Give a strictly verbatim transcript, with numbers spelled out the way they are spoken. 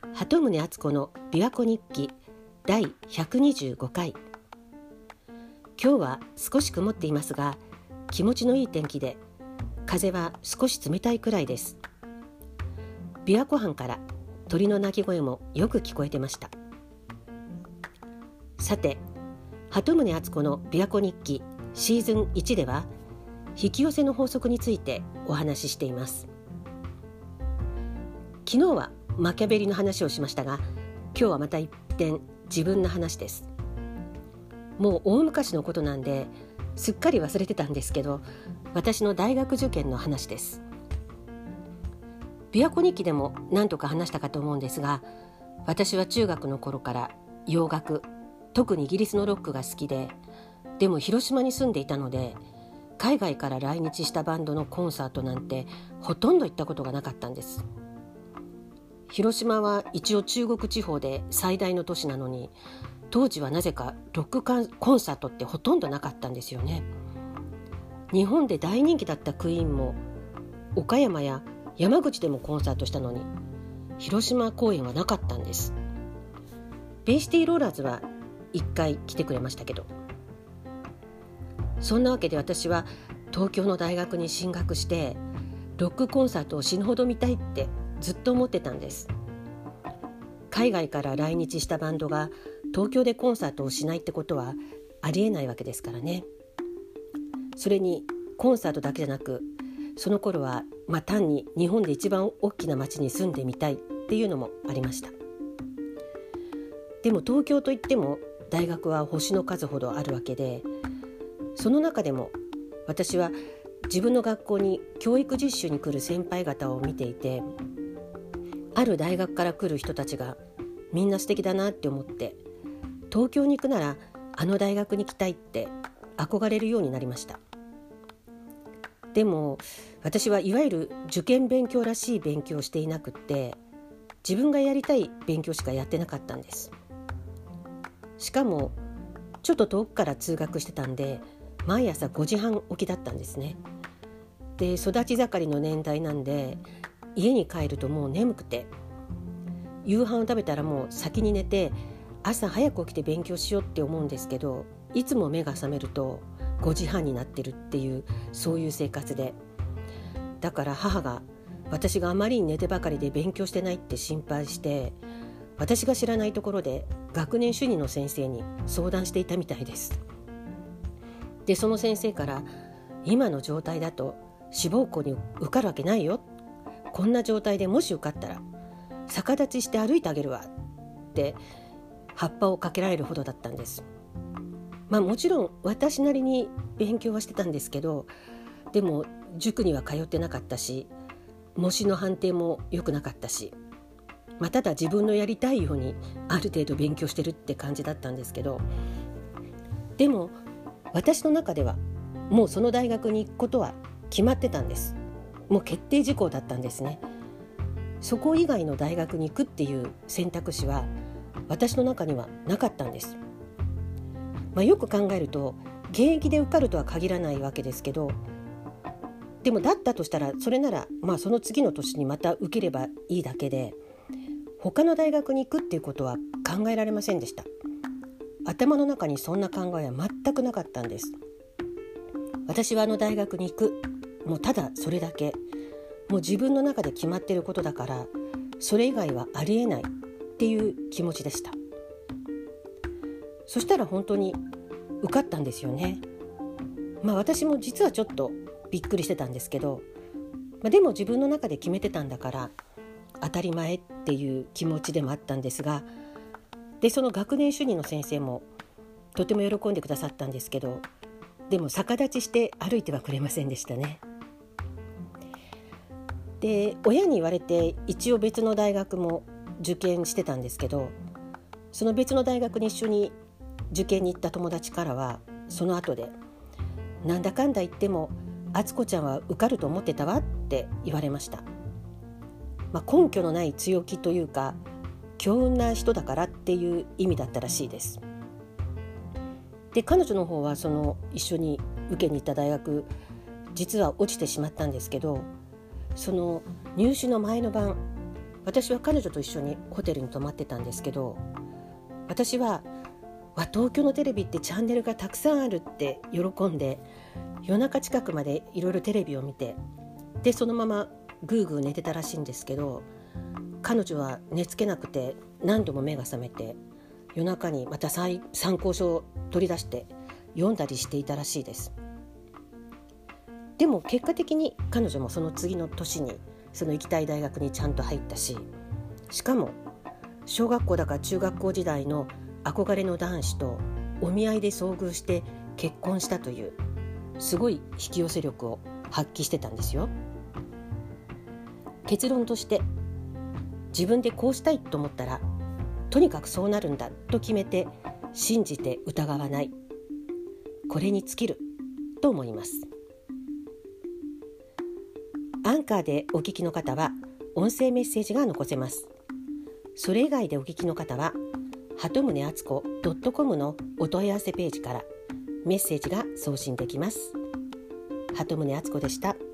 鳩宗敦子の琵琶湖日記だいひゃくにじゅうごかい。今日は少し曇っていますが、気持ちのいい天気で、風は少し冷たいくらいです。琵琶湖畔から鳥の鳴き声もよく聞こえてました。さて、鳩宗敦子の琵琶湖日記シーズンいちでは、引き寄せの法則についてお話ししています。昨日はマキャベリの話をしましたが、今日はまた一転自分の話です。もう大昔のことなんですっかり忘れてたんですけど、私の大学受験の話です。琵琶湖日記でも何とか話したかと思うんですが、私は中学の頃から洋楽、特にイギリスのロックが好きで、でも広島に住んでいたので、海外から来日したバンドのコンサートなんてほとんど行ったことがなかったんです。広島は一応中国地方で最大の都市なのに、当時はなぜかロックコンサートってほとんどなかったんですよね。日本で大人気だったクイーンも岡山や山口でもコンサートしたのに、広島公演はなかったんです。ベイシティローラーズは一回来てくれましたけど、そんなわけで私は東京の大学に進学して、ロックコンサートを死ぬほど見たいってずっと思ってたんです。海外から来日したバンドが東京でコンサートをしないってことはありえないわけですからね。それにコンサートだけじゃなく、その頃はまあ単に日本で一番大きな町に住んでみたいっていうのもありました。でも東京といっても大学は星の数ほどあるわけで、その中でも私は自分の学校に教育実習に来る先輩方を見ていて、ある大学から来る人たちがみんな素敵だなって思って、東京に行くならあの大学に行きたいって憧れるようになりました。でも私はいわゆる受験勉強らしい勉強をしていなくって、自分がやりたい勉強しかやってなかったんです。しかもちょっと遠くから通学してたんで、毎朝ごじはん起きだったんですね。で、育ち盛りの年代なんで、家に帰るともう眠くて、夕飯を食べたらもう先に寝て、朝早く起きて勉強しようって思うんですけど、いつも目が覚めるとごじはんになってるっていう、そういう生活で、だから母が私があまりに寝てばかりで勉強してないって心配して、私が知らないところで学年主任の先生に相談していたみたいです。で、その先生から、今の状態だと志望校に受かるわけないよ、こんな状態でもし受かったら逆立ちして歩いてあげるわって葉っぱをかけられるほどだったんです。まあもちろん私なりに勉強はしてたんですけど、でも塾には通ってなかったし、模試の判定も良くなかったし、まあ、ただ自分のやりたいようにある程度勉強してるって感じだったんですけど、でも私の中ではもうその大学に行くことは決まってたんです。もう決定事項だったんですね。そこ以外の大学に行くっていう選択肢は私の中にはなかったんです。まあ、よく考えると現役で受かるとは限らないわけですけど、でもだったとしたらそれならまあその次の年にまた受ければいいだけで、他の大学に行くっていうことは考えられませんでした。頭の中にそんな考えは全くなかったんです。私はあの大学に行く、もうただそれだけ、もう自分の中で決まっていることだから、それ以外はありえないっていう気持ちでした。そしたら本当に受かったんですよね。まあ私も実はちょっとびっくりしてたんですけど、まあ、でも自分の中で決めてたんだから当たり前っていう気持ちでもあったんですが、でその学年主任の先生もとても喜んでくださったんですけど、でも逆立ちして歩いてはくれませんでしたね。で、親に言われて一応別の大学も受験してたんですけど、その別の大学に一緒に受験に行った友達からは、その後でなんだかんだ言っても敦子ちゃんは受かると思ってたわって言われました。まあ、根拠のない強気というか、強運な人だからっていう意味だったらしいです。で、彼女の方はその一緒に受けに行った大学、実は落ちてしまったんですけど、その入試の前の晩、 私は彼女と一緒にホテルに泊まってたんですけど、私はわ東京のテレビってチャンネルがたくさんあるって喜んで、夜中近くまでいろいろテレビを見て、でそのままぐーぐー寝てたらしいんですけど、彼女は寝つけなくて何度も目が覚めて、夜中にまた参考書を取り出して読んだりしていたらしいです。でも結果的に彼女もその次の年にその行きたい大学にちゃんと入ったし、しかも小学校だか中学校時代の憧れの男子とお見合いで遭遇して結婚したというすごい引き寄せ力を発揮してたんですよ。結論として、自分でこうしたいと思ったらとにかくそうなるんだと決めて、信じて疑わない、これに尽きると思います。アンカーでお聞きの方は音声メッセージが残せます。それ以外でお聞きの方は鳩宗敦子 .com のお問い合わせページからメッセージが送信できます。鳩宗敦子でした。